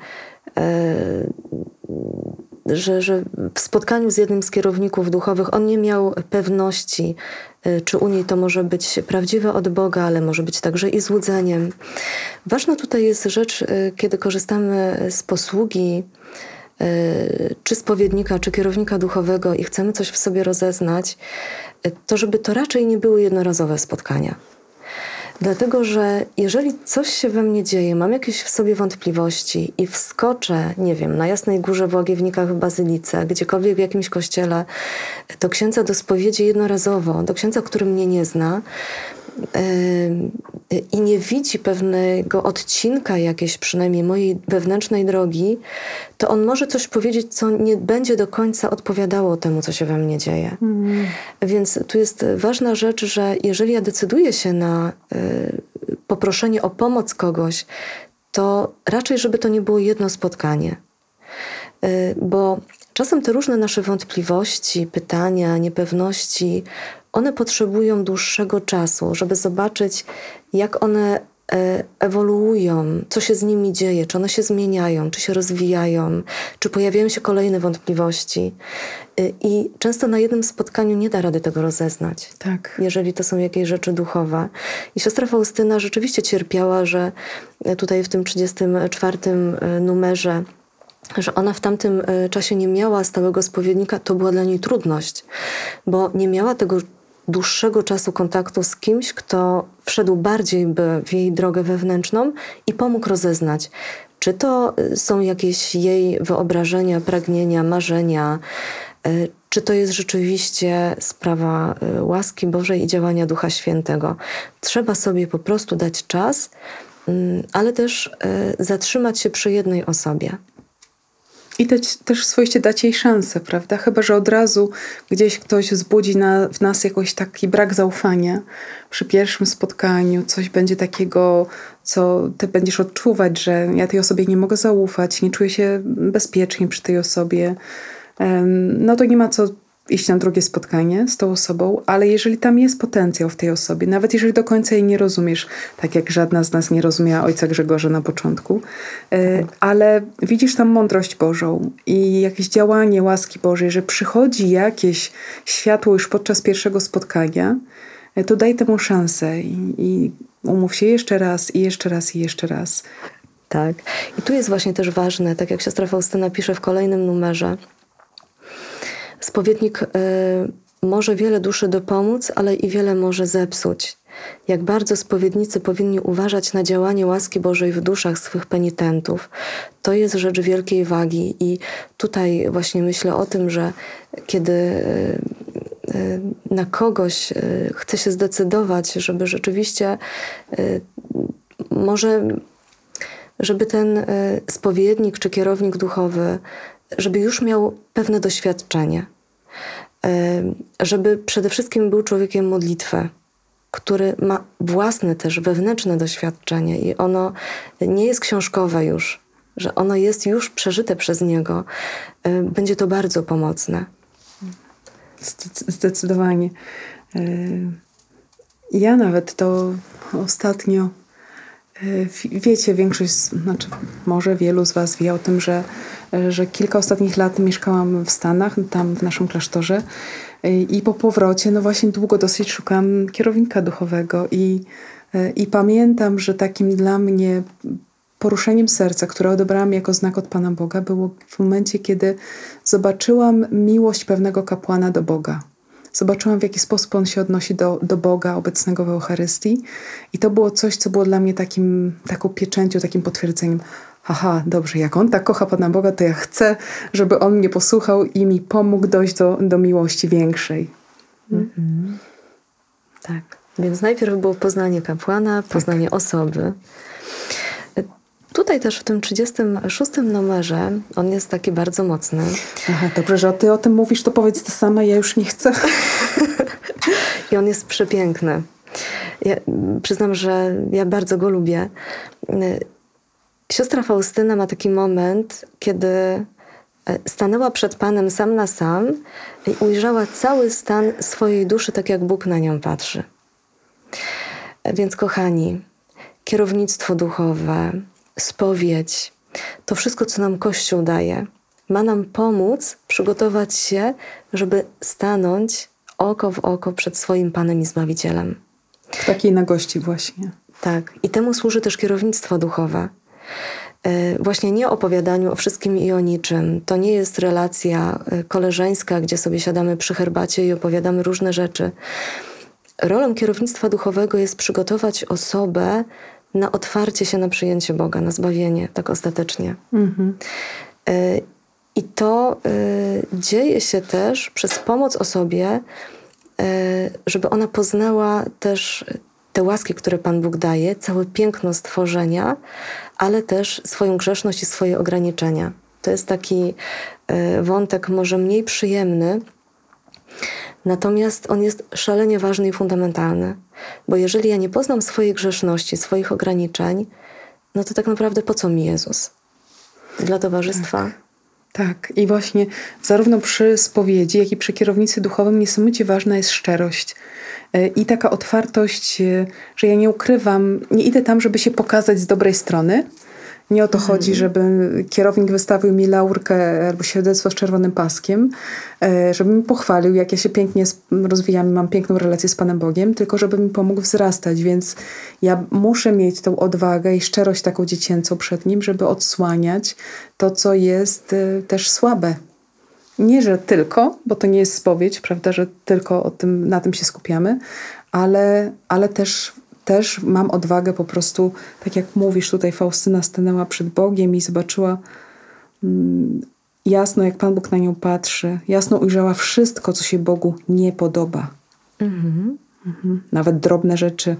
że, że w spotkaniu z jednym z kierowników duchowych on nie miał pewności, czy u niej to może być prawdziwe od Boga, ale może być także i złudzeniem. Ważna tutaj jest rzecz, kiedy korzystamy z posługi czy spowiednika, czy kierownika duchowego i chcemy coś w sobie rozeznać, to żeby to raczej nie były jednorazowe spotkania. Dlatego, że jeżeli coś się we mnie dzieje, mam jakieś w sobie wątpliwości i wskoczę, nie wiem, na Jasnej Górze w Łagiewnikach w Bazylice, gdziekolwiek w jakimś kościele, do księdza do spowiedzi jednorazowo, do księdza, który mnie nie zna, yy, i nie widzi pewnego odcinka jakiejś przynajmniej mojej wewnętrznej drogi, to on może coś powiedzieć, co nie będzie do końca odpowiadało temu, co się we mnie dzieje. Mm. Więc tu jest ważna rzecz, że jeżeli ja decyduję się na y, poproszenie o pomoc kogoś, to raczej, żeby to nie było jedno spotkanie. Y, bo czasem te różne nasze wątpliwości, pytania, niepewności, one potrzebują dłuższego czasu, żeby zobaczyć, jak one ewoluują, co się z nimi dzieje, czy one się zmieniają, czy się rozwijają, czy pojawiają się kolejne wątpliwości. I często na jednym spotkaniu nie da rady tego rozeznać, tak. jeżeli to są jakieś rzeczy duchowe. I siostra Faustyna rzeczywiście cierpiała, że tutaj w tym trzydziestym czwartym numerze, że ona w tamtym czasie nie miała stałego spowiednika, to była dla niej trudność, bo nie miała tego dłuższego czasu kontaktu z kimś, kto wszedł bardziej by w jej drogę wewnętrzną i pomógł rozeznać, czy to są jakieś jej wyobrażenia, pragnienia, marzenia, czy to jest rzeczywiście sprawa łaski Bożej i działania Ducha Świętego. Trzeba sobie po prostu dać czas, ale też zatrzymać się przy jednej osobie. I dać, też swoiście dać jej szansę, prawda? Chyba że od razu gdzieś ktoś wzbudzi na, w nas jakoś taki brak zaufania. Przy pierwszym spotkaniu coś będzie takiego, co ty będziesz odczuwać, że ja tej osobie nie mogę zaufać, nie czuję się bezpiecznie przy tej osobie. No to nie ma co iść na drugie spotkanie z tą osobą, ale jeżeli tam jest potencjał w tej osobie, nawet jeżeli do końca jej nie rozumiesz, tak jak żadna z nas nie rozumiała ojca Grzegorza na początku, tak. ale widzisz tam mądrość Bożą i jakieś działanie łaski Bożej, że przychodzi jakieś światło już podczas pierwszego spotkania, to daj temu szansę i, i umów się jeszcze raz i jeszcze raz i jeszcze raz. Tak. I tu jest właśnie też ważne, tak jak siostra Faustyna pisze w kolejnym numerze, spowiednik y, może wiele duszy dopomóc, ale i wiele może zepsuć. Jak bardzo spowiednicy powinni uważać na działanie łaski Bożej w duszach swych penitentów, to jest rzecz wielkiej wagi. I tutaj właśnie myślę o tym, że kiedy y, y, na kogoś y, chce się zdecydować, żeby rzeczywiście y, może, żeby ten y, spowiednik czy kierownik duchowy, żeby już miał pewne doświadczenie, żeby przede wszystkim był człowiekiem modlitwy, który ma własne też wewnętrzne doświadczenie i ono nie jest książkowe już, że ono jest już przeżyte przez niego, będzie to bardzo pomocne. Zdecydowanie. Ja nawet to ostatnio, wiecie, większość, znaczy może wielu z was wie o tym, że, że kilka ostatnich lat mieszkałam w Stanach, tam w naszym klasztorze i po powrocie, no właśnie długo dosyć szukałam kierownika duchowego i, i pamiętam, że takim dla mnie poruszeniem serca, które odebrałam jako znak od Pana Boga, było w momencie, kiedy zobaczyłam miłość pewnego kapłana do Boga. Zobaczyłam, w jaki sposób on się odnosi do, do Boga obecnego w Eucharystii. I to było coś, co było dla mnie takim, taką pieczęcią, takim potwierdzeniem. Aha, dobrze, jak on tak kocha Pana Boga, to ja chcę, żeby on mnie posłuchał i mi pomógł dojść do, do miłości większej. Mhm. Tak. Więc najpierw było poznanie kapłana, poznanie tak. osoby. Tutaj też w tym trzydziestym szóstym numerze, on jest taki bardzo mocny. Aha, dobrze, że ty o tym mówisz, to powiedz to same, ja już nie chcę. I on jest przepiękny. Ja przyznam, że ja bardzo go lubię. Siostra Faustyna ma taki moment, kiedy stanęła przed Panem sam na sam i ujrzała cały stan swojej duszy, tak jak Bóg na nią patrzy. Więc kochani, kierownictwo duchowe, spowiedź, to wszystko, co nam Kościół daje, ma nam pomóc przygotować się, żeby stanąć oko w oko przed swoim Panem i Zbawicielem. W takiej nagości właśnie. Tak. I temu służy też kierownictwo duchowe. Właśnie nie opowiadaniu o wszystkim i o niczym. To nie jest relacja koleżeńska, gdzie sobie siadamy przy herbacie i opowiadamy różne rzeczy. Rolą kierownictwa duchowego jest przygotować osobę na otwarcie się na przyjęcie Boga, na zbawienie, tak ostatecznie. Mhm. I to dzieje się też przez pomoc osobie, żeby ona poznała też te łaski, które Pan Bóg daje, całe piękno stworzenia, ale też swoją grzeszność i swoje ograniczenia. To jest taki wątek może mniej przyjemny, natomiast on jest szalenie ważny i fundamentalny. Bo jeżeli ja nie poznam swojej grzeszności, swoich ograniczeń, no to tak naprawdę po co mi Jezus? Dla towarzystwa? Tak. Tak. I właśnie zarówno przy spowiedzi, jak i przy kierownicy duchowym niesamowicie ważna jest szczerość. I taka otwartość, że ja nie ukrywam, nie idę tam, żeby się pokazać z dobrej strony. Nie o to mhm. chodzi, żeby kierownik wystawił mi laurkę albo świadectwo z czerwonym paskiem, żeby mi pochwalił, jak ja się pięknie rozwijam, mam piękną relację z Panem Bogiem, tylko żeby mi pomógł wzrastać. Więc ja muszę mieć tą odwagę i szczerość taką dziecięcą przed nim, żeby odsłaniać to, co jest też słabe. Nie, że tylko, bo to nie jest spowiedź, prawda, że tylko o tym, na tym się skupiamy, ale, ale też, też mam odwagę po prostu, tak jak mówisz, tutaj Faustyna stanęła przed Bogiem i zobaczyła mm, jasno, jak Pan Bóg na nią patrzy. Jasno ujrzała wszystko, co się Bogu nie podoba. Mhm. Mhm. Nawet drobne rzeczy.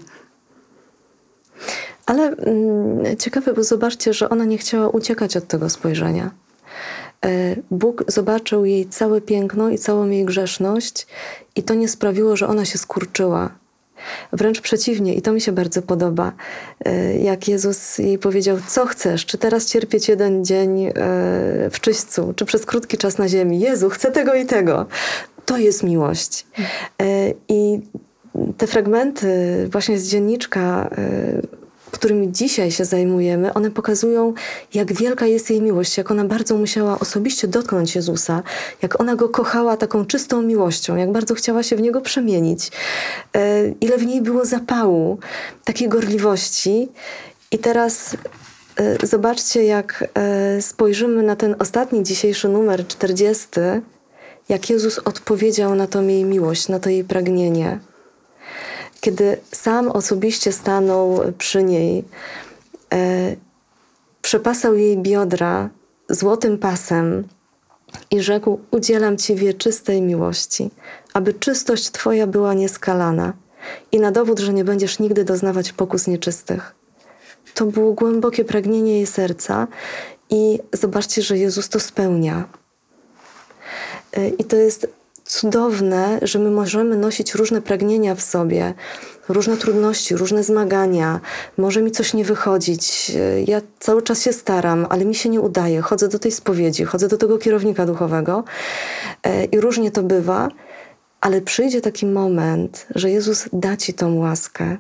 Ale mm, ciekawe, bo zobaczcie, że ona nie chciała uciekać od tego spojrzenia. Bóg zobaczył jej całe piękno i całą jej grzeszność i to nie sprawiło, że ona się skurczyła. Wręcz przeciwnie, i to mi się bardzo podoba, jak Jezus jej powiedział, co chcesz, czy teraz cierpieć jeden dzień w czyśćcu, czy przez krótki czas na ziemi. Jezu, chcę tego i tego. To jest miłość. I te fragmenty właśnie z dzienniczka, którymi dzisiaj się zajmujemy, one pokazują, jak wielka jest jej miłość, jak ona bardzo musiała osobiście dotknąć Jezusa, jak ona Go kochała taką czystą miłością, jak bardzo chciała się w Niego przemienić, ile w niej było zapału, takiej gorliwości. I teraz zobaczcie, jak spojrzymy na ten ostatni dzisiejszy numer, czterdziesty, jak Jezus odpowiedział na tą jej miłość, na to jej pragnienie. Kiedy sam osobiście stanął przy niej, e, przepasał jej biodra złotym pasem i rzekł, udzielam Ci wieczystej miłości, aby czystość Twoja była nieskalana i na dowód, że nie będziesz nigdy doznawać pokus nieczystych. To było głębokie pragnienie jej serca i zobaczcie, że Jezus to spełnia. E, I to jest cudowne, że my możemy nosić różne pragnienia w sobie, różne trudności, różne zmagania. Może mi coś nie wychodzić. Ja cały czas się staram, ale mi się nie udaje. Chodzę do tej spowiedzi, chodzę do tego kierownika duchowego i różnie to bywa, ale przyjdzie taki moment, że Jezus da Ci tą łaskę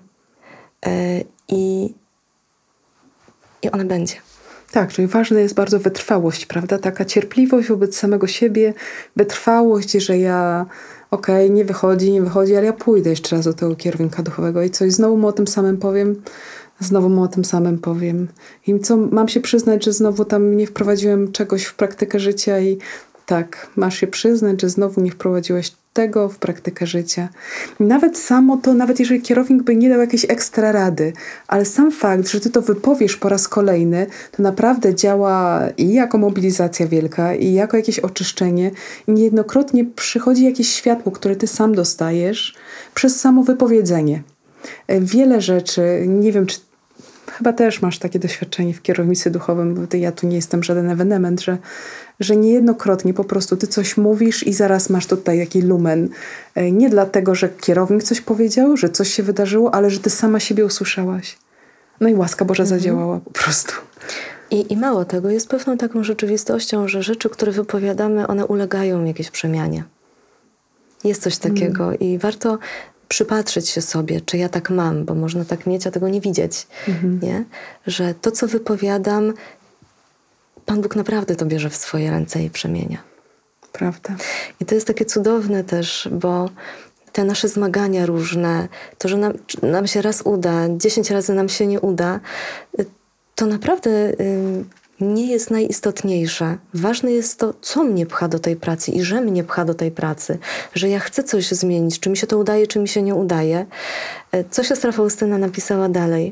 i, i ona będzie. Tak, czyli ważna jest bardzo wytrwałość, prawda? Taka cierpliwość wobec samego siebie, wytrwałość, że ja okej, okay, nie wychodzi, nie wychodzi, ale ja pójdę jeszcze raz do tego kierownika duchowego i coś znowu mu o tym samym powiem, znowu mu o tym samym powiem. I co, mam się przyznać, że znowu tam nie wprowadziłem czegoś w praktykę życia i tak, masz się przyznać, że znowu nie wprowadziłeś tego w praktykę życia. I nawet samo to, nawet jeżeli kierownik by nie dał jakiejś ekstra rady, ale sam fakt, że ty to wypowiesz po raz kolejny, to naprawdę działa i jako mobilizacja wielka, i jako jakieś oczyszczenie. I niejednokrotnie przychodzi jakieś światło, które ty sam dostajesz przez samo wypowiedzenie. Wiele rzeczy, nie wiem, czy chyba też masz takie doświadczenie w kierownictwie duchowym, bo ty, ja tu nie jestem żaden ewenement, że że niejednokrotnie po prostu ty coś mówisz i zaraz masz tutaj jakiś lumen. Nie dlatego, że kierownik coś powiedział, że coś się wydarzyło, ale że ty sama siebie usłyszałaś. No i łaska Boża mhm. zadziałała po prostu. I, I mało tego, jest pewną taką rzeczywistością, że rzeczy, które wypowiadamy, one ulegają jakiejś przemianie. Jest coś takiego mm. i warto przypatrzeć się sobie, czy ja tak mam, bo można tak mieć, a tego nie widzieć. Mm-hmm. Nie? Że to, co wypowiadam, Pan Bóg naprawdę to bierze w swoje ręce i przemienia. Prawda. I to jest takie cudowne też, bo te nasze zmagania różne, to, że nam, nam się raz uda, dziesięć razy nam się nie uda, to naprawdę y, nie jest najistotniejsze. Ważne jest to, co mnie pcha do tej pracy i że mnie pcha do tej pracy, że ja chcę coś zmienić, czy mi się to udaje, czy mi się nie udaje. Co siostra Faustyna napisała dalej?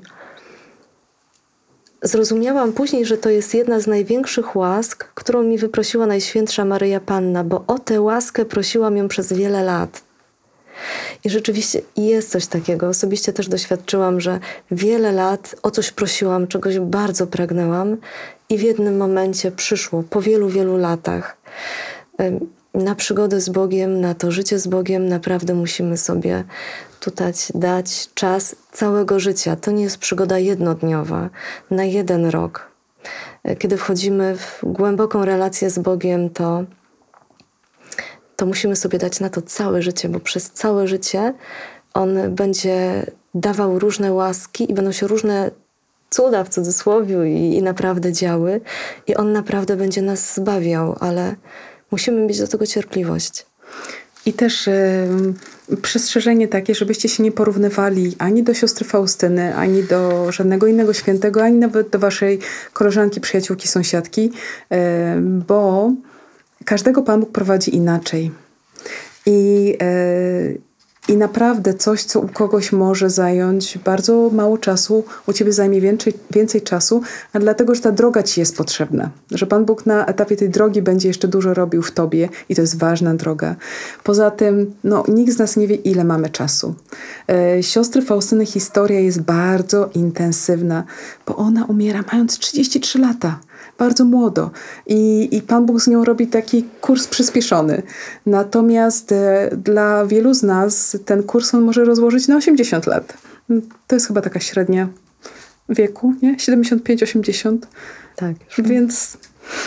Zrozumiałam później, że to jest jedna z największych łask, którą mi wyprosiła Najświętsza Maryja Panna, bo o tę łaskę prosiłam ją przez wiele lat. I rzeczywiście jest coś takiego. Osobiście też doświadczyłam, że wiele lat o coś prosiłam, czegoś bardzo pragnęłam i w jednym momencie przyszło, po wielu, wielu latach. Na przygodę z Bogiem, na to życie z Bogiem naprawdę musimy sobie tutaj dać czas całego życia. To nie jest przygoda jednodniowa, na jeden rok. Kiedy wchodzimy w głęboką relację z Bogiem, to, to musimy sobie dać na to całe życie, bo przez całe życie On będzie dawał różne łaski i będą się różne cuda w cudzysłowie i, i naprawdę działy. I On naprawdę będzie nas zbawiał, ale musimy mieć do tego cierpliwość. I też y, przestrzeżenie takie, żebyście się nie porównywali ani do siostry Faustyny, ani do żadnego innego świętego, ani nawet do waszej koleżanki, przyjaciółki, sąsiadki, y, bo każdego Pan Bóg prowadzi inaczej. I, y, I naprawdę coś, co u kogoś może zająć bardzo mało czasu, u ciebie zajmie więcej, więcej czasu, a dlatego, że ta droga ci jest potrzebna. Że Pan Bóg na etapie tej drogi będzie jeszcze dużo robił w tobie i to jest ważna droga. Poza tym, no, nikt z nas nie wie, ile mamy czasu. E, siostry Faustyny historia jest bardzo intensywna, bo ona umiera mając trzydzieści trzy lata. Bardzo młodo. I, I Pan Bóg z nią robi taki kurs przyspieszony. Natomiast e, dla wielu z nas ten kurs on może rozłożyć na osiemdziesiąt lat. To jest chyba taka średnia wieku, nie? siedemdziesiąt pięć osiemdziesiąt. Tak. Więc...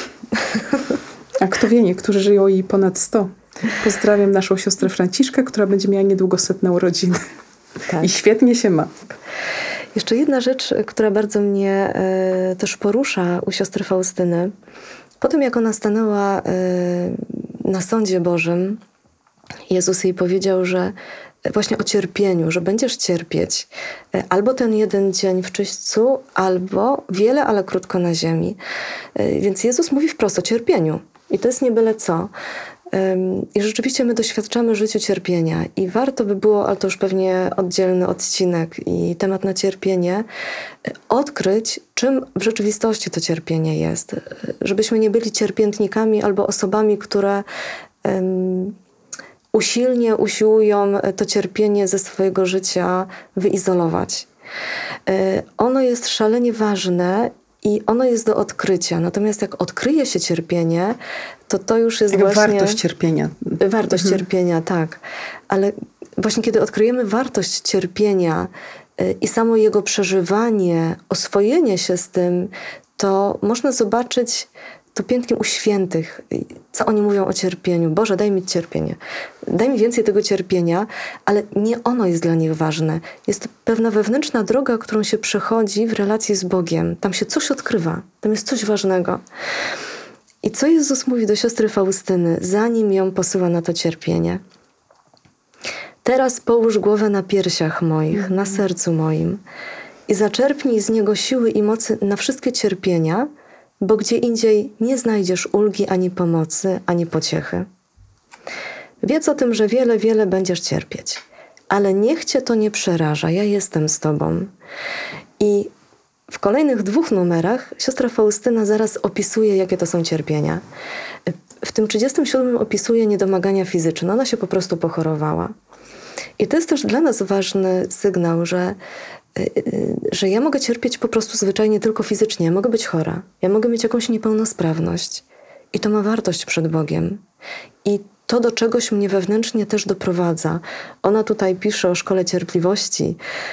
A kto wie, niektórzy żyją i ponad sto. Pozdrawiam naszą siostrę Franciszkę, która będzie miała niedługo setne urodziny. Tak. I świetnie się ma. Jeszcze jedna rzecz, która bardzo mnie e, też porusza u siostry Faustyny. Po tym, jak ona stanęła e, na sądzie Bożym, Jezus jej powiedział, że właśnie o cierpieniu, że będziesz cierpieć e, albo ten jeden dzień w czyśćcu, albo wiele, ale krótko na ziemi. E, więc Jezus mówi wprost o cierpieniu. I to jest nie byle co. I rzeczywiście my doświadczamy w życiu cierpienia i warto by było, ale to już pewnie oddzielny odcinek i temat na cierpienie, odkryć, czym w rzeczywistości to cierpienie jest. Żebyśmy nie byli cierpiętnikami albo osobami, które um, usilnie usiłują to cierpienie ze swojego życia wyizolować. Ono jest szalenie ważne i ono jest do odkrycia. Natomiast jak odkryje się cierpienie, to to już jest jak właśnie... wartość cierpienia. Wartość mhm. cierpienia, tak. Ale właśnie kiedy odkryjemy wartość cierpienia y, i samo jego przeżywanie, oswojenie się z tym, to można zobaczyć to pięknie u świętych, co oni mówią o cierpieniu. Boże, daj mi cierpienie. Daj mi więcej tego cierpienia, ale nie ono jest dla nich ważne. Jest pewna wewnętrzna droga, którą się przechodzi w relacji z Bogiem. Tam się coś odkrywa. Tam jest coś ważnego. I co Jezus mówi do siostry Faustyny, zanim ją posyła na to cierpienie? Teraz połóż głowę na piersiach moich, mm. na sercu moim i zaczerpnij z niego siły i mocy na wszystkie cierpienia, bo gdzie indziej nie znajdziesz ulgi, ani pomocy, ani pociechy. Wiedz o tym, że wiele, wiele będziesz cierpieć, ale niech cię to nie przeraża, ja jestem z tobą. I w kolejnych dwóch numerach siostra Faustyna zaraz opisuje, jakie to są cierpienia. W tym trzydziestym siódmym opisuje niedomagania fizyczne. Ona się po prostu pochorowała. I to jest też dla nas ważny sygnał, że, że ja mogę cierpieć po prostu zwyczajnie tylko fizycznie. Ja mogę być chora. Ja mogę mieć jakąś niepełnosprawność. I to ma wartość przed Bogiem. I to do czegoś mnie wewnętrznie też doprowadza. Ona tutaj pisze o szkole cierpliwości.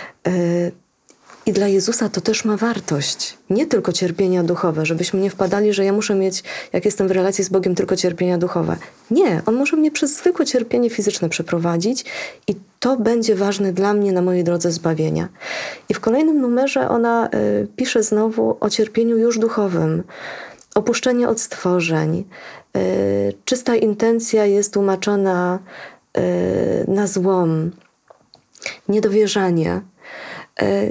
I dla Jezusa to też ma wartość. Nie tylko cierpienia duchowe, żebyśmy nie wpadali, że ja muszę mieć, jak jestem w relacji z Bogiem, tylko cierpienia duchowe. Nie, On może mnie przez zwykłe cierpienie fizyczne przeprowadzić i to będzie ważne dla mnie na mojej drodze zbawienia. I w kolejnym numerze ona y, pisze znowu o cierpieniu już duchowym. Opuszczenie od stworzeń. Y, czysta intencja jest tłumaczona y, na złom. Niedowierzanie. Y,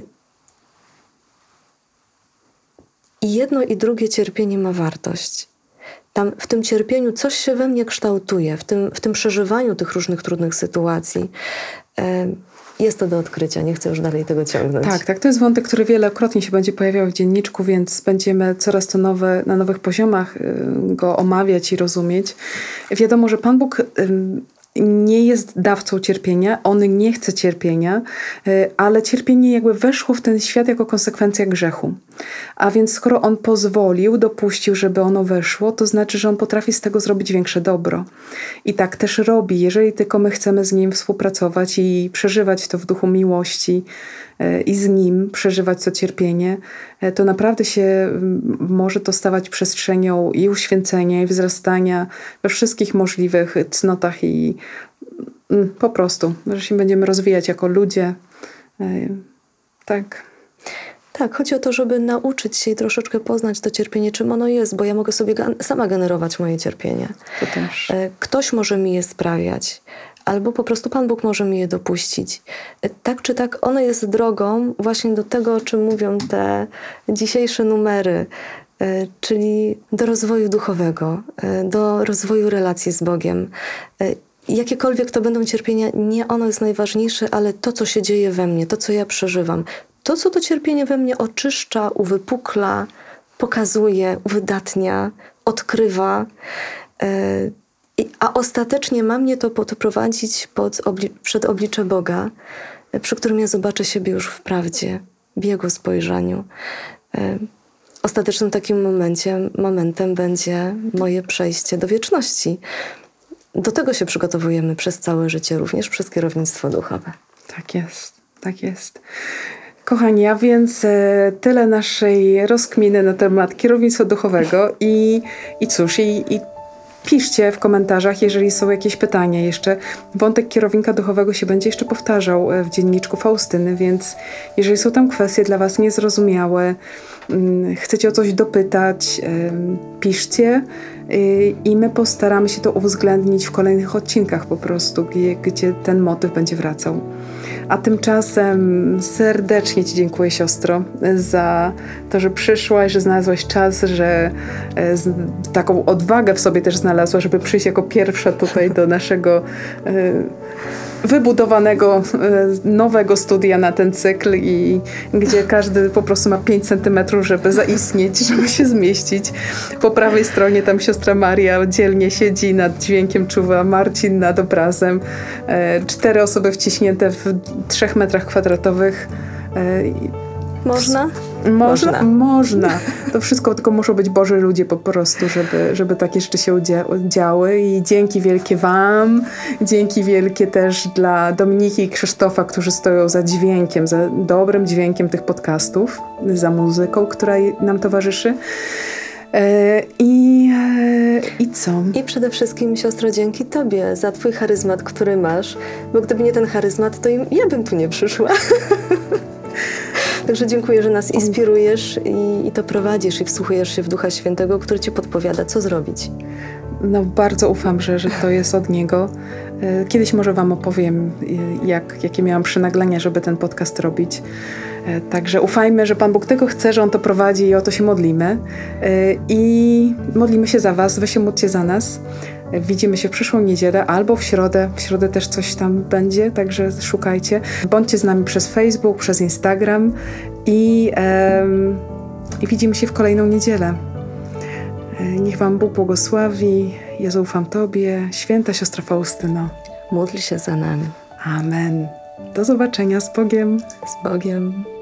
I jedno i drugie cierpienie ma wartość. Tam w tym cierpieniu coś się we mnie kształtuje, w tym, w tym przeżywaniu tych różnych trudnych sytuacji. Jest to do odkrycia, nie chcę już dalej tego ciągnąć. Tak, tak, to jest wątek, który wielokrotnie się będzie pojawiał w dzienniczku, więc będziemy coraz to nowe, na nowych poziomach go omawiać i rozumieć. Wiadomo, że Pan Bóg nie jest dawcą cierpienia, On nie chce cierpienia, ale cierpienie jakby weszło w ten świat jako konsekwencja grzechu. A więc skoro On pozwolił, dopuścił, żeby ono weszło, to znaczy, że On potrafi z tego zrobić większe dobro. I tak też robi. Jeżeli tylko my chcemy z Nim współpracować i przeżywać to w duchu miłości i z Nim przeżywać to cierpienie, to naprawdę się może to stawać przestrzenią i uświęcenia, i wzrastania we wszystkich możliwych cnotach i mm, po prostu, że się będziemy rozwijać jako ludzie. Yy, tak. Tak, chodzi o to, żeby nauczyć się i troszeczkę poznać to cierpienie, czym ono jest, bo ja mogę sobie gan- sama generować moje cierpienie. To też. E, Ktoś może mi je sprawiać, albo po prostu Pan Bóg może mi je dopuścić. E, Tak czy tak, ono jest drogą właśnie do tego, o czym mówią te dzisiejsze numery, e, czyli do rozwoju duchowego, e, do rozwoju relacji z Bogiem. E, Jakiekolwiek to będą cierpienia, nie ono jest najważniejsze, ale to, co się dzieje we mnie, to, co ja przeżywam. To, co to cierpienie we mnie oczyszcza, uwypukla, pokazuje, uwydatnia, odkrywa. e, i- A ostatecznie ma mnie to podprowadzić pod obli- przed oblicze Boga, e, przy którym ja zobaczę siebie już w prawdzie, w Jego spojrzeniu. E, Ostatecznym takim momencie, momentem będzie moje przejście do wieczności. Do tego się przygotowujemy przez całe życie, również przez kierownictwo duchowe. Tak jest, tak jest. Kochani, a więc e, tyle naszej rozkminy na temat kierownictwa duchowego i, i cóż, i, i piszcie w komentarzach, jeżeli są jakieś pytania jeszcze. Wątek kierownika duchowego się będzie jeszcze powtarzał e, w dzienniczku Faustyny, więc jeżeli są tam kwestie dla Was niezrozumiałe, mm, chcecie o coś dopytać, em, piszcie y, i my postaramy się to uwzględnić w kolejnych odcinkach po prostu, gdzie, gdzie ten motyw będzie wracał. A tymczasem serdecznie Ci dziękuję, siostro, za to, że przyszłaś, że znalazłaś czas, że e, z, taką odwagę w sobie też znalazła, żeby przyjść jako pierwsza tutaj do naszego e, wybudowanego e, nowego studia na ten cykl i gdzie każdy po prostu ma pięć centymetrów, żeby zaistnieć, żeby się zmieścić. Po prawej stronie tam siostra Maria dzielnie siedzi, nad dźwiękiem czuwa Marcin, nad obrazem. E, cztery osoby wciśnięte w trzech metrach kwadratowych. E, Można? Można, można. To wszystko tylko muszą być Boży ludzie po prostu, żeby, żeby takie rzeczy się udzia- działy. I dzięki wielkie Wam, dzięki wielkie też dla Dominiki i Krzysztofa, którzy stoją za dźwiękiem, za dobrym dźwiękiem tych podcastów, za muzyką, która nam towarzyszy. E, I, e, I co? I przede wszystkim, siostro, dzięki Tobie za Twój charyzmat, który masz, bo gdyby nie ten charyzmat, to im, ja bym tu nie przyszła. Także dziękuję, że nas inspirujesz i, i to prowadzisz i wsłuchujesz się w Ducha Świętego, który Ci podpowiada, co zrobić. No bardzo ufam, że, że to jest od Niego. E, Kiedyś może Wam opowiem, e, jak, jakie miałam przynaglenia, żeby ten podcast robić. E, Także ufajmy, że Pan Bóg tego chce, że On to prowadzi i o to się modlimy. E, I modlimy się za Was, Wy się módlcie za nas. E, Widzimy się w przyszłą niedzielę albo w środę. W środę też coś tam będzie, także szukajcie. Bądźcie z nami przez Facebook, przez Instagram i, em, i widzimy się w kolejną niedzielę. Niech Wam Bóg błogosławi. Ja ufam Tobie, święta siostra Faustyno. Módl się za nami. Amen. Do zobaczenia, z Bogiem. Z Bogiem.